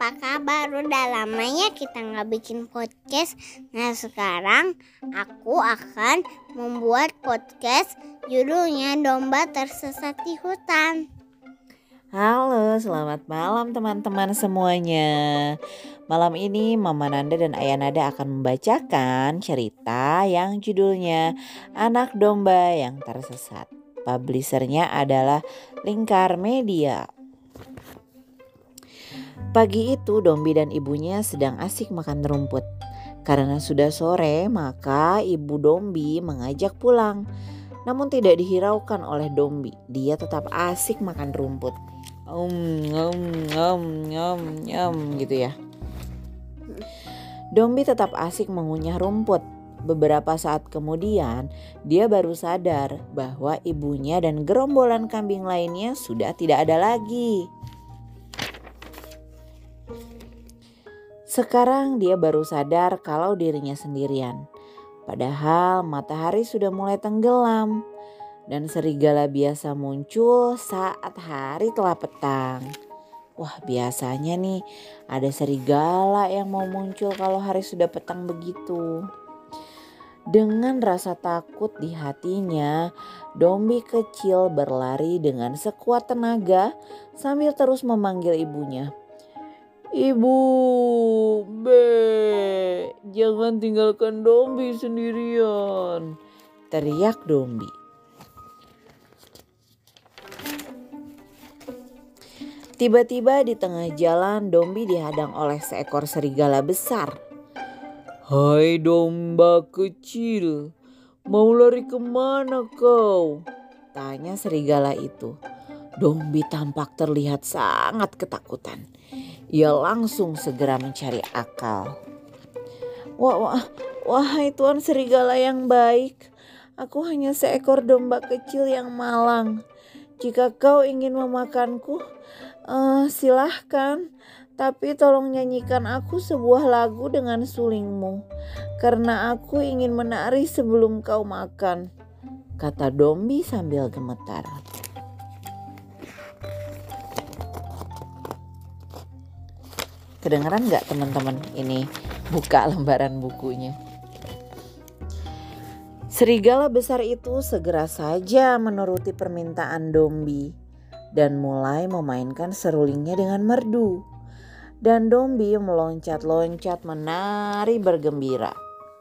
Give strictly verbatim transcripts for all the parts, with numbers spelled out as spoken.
apa kabar? Udah lama ya kita nggak bikin podcast. Nah sekarang aku akan membuat podcast judulnya Domba Tersesat di Hutan. Halo, selamat malam teman-teman semuanya. Malam ini Mama Nanda dan Ayah Nada akan membacakan cerita yang judulnya Anak Domba yang Tersesat. Publishernya adalah Lingkar Media. Pagi itu Dombi dan ibunya sedang asik makan rumput. Karena sudah sore, maka ibu Dombi mengajak pulang. Namun tidak dihiraukan oleh Dombi. Dia tetap asik makan rumput. Om, om, om, om, om, gitu ya. Dombi tetap asik mengunyah rumput. Beberapa saat kemudian, dia baru sadar bahwa ibunya dan gerombolan kambing lainnya sudah tidak ada lagi. Sekarang dia baru sadar kalau dirinya sendirian. Padahal matahari sudah mulai tenggelam dan serigala biasa muncul saat hari telah petang. Wah, biasanya nih ada serigala yang mau muncul kalau hari sudah petang begitu. Dengan rasa takut di hatinya, Dombi kecil berlari dengan sekuat tenaga sambil terus memanggil ibunya. Ibu, Be, jangan tinggalkan Dombi sendirian, teriak Dombi. Tiba-tiba di tengah jalan Dombi dihadang oleh seekor serigala besar. Hai domba kecil, mau lari kemana kau? Tanya serigala itu. Dombi tampak terlihat sangat ketakutan. Ia langsung segera mencari akal. Wah, wah, wahai tuan serigala yang baik, aku hanya seekor domba kecil yang malang. Jika kau ingin memakanku, uh, silahkan. Tapi tolong nyanyikan aku sebuah lagu dengan sulingmu, karena aku ingin menari sebelum kau makan, kata Dombi sambil gemetar. Kedengeran gak teman-teman? Ini buka lembaran bukunya. Serigala besar itu segera saja menuruti permintaan Dombi dan mulai memainkan serulingnya dengan merdu. Dan Dombi meloncat-loncat menari bergembira.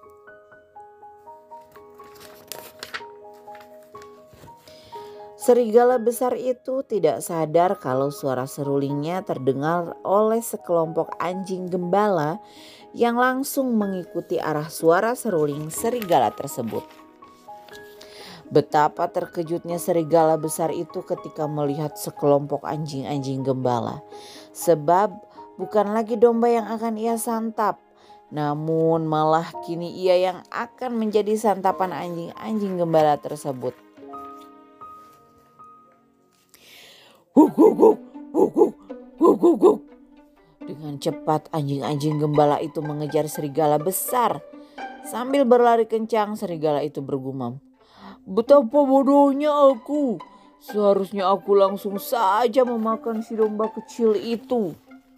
Serigala besar itu tidak sadar kalau suara serulingnya terdengar oleh sekelompok anjing gembala yang langsung mengikuti arah suara seruling serigala tersebut. Betapa terkejutnya serigala besar itu ketika melihat sekelompok anjing-anjing gembala. Sebab bukan lagi domba yang akan ia santap, namun malah kini ia yang akan menjadi santapan anjing-anjing gembala tersebut. Huk, huk, huk, huk, huk, huk, huk, huk. Dengan cepat anjing-anjing gembala itu mengejar serigala besar. Sambil berlari kencang, serigala itu bergumam. Betapa bodohnya aku. Seharusnya aku langsung saja memakan si domba kecil itu.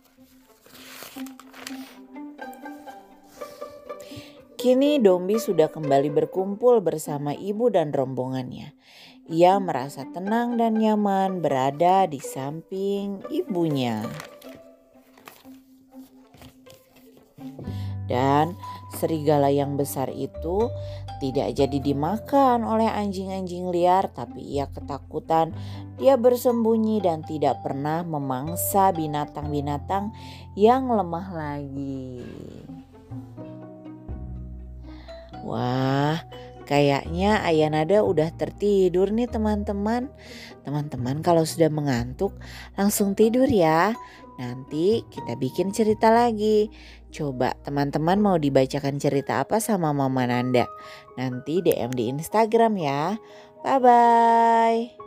Kini Dombi sudah kembali berkumpul bersama ibu dan rombongannya. Ia merasa tenang dan nyaman berada di samping ibunya. Dan serigala yang besar itu tidak jadi dimakan oleh anjing-anjing liar, tapi ia ketakutan. Dia bersembunyi dan tidak pernah memangsa binatang-binatang yang lemah lagi. Wah, kayaknya Ayah Nada udah tertidur nih teman-teman. Teman-teman kalau sudah mengantuk langsung tidur ya. Nanti kita bikin cerita lagi. Coba teman-teman mau dibacakan cerita apa sama Mama Nanda? Nanti D M di Instagram ya. Bye-bye.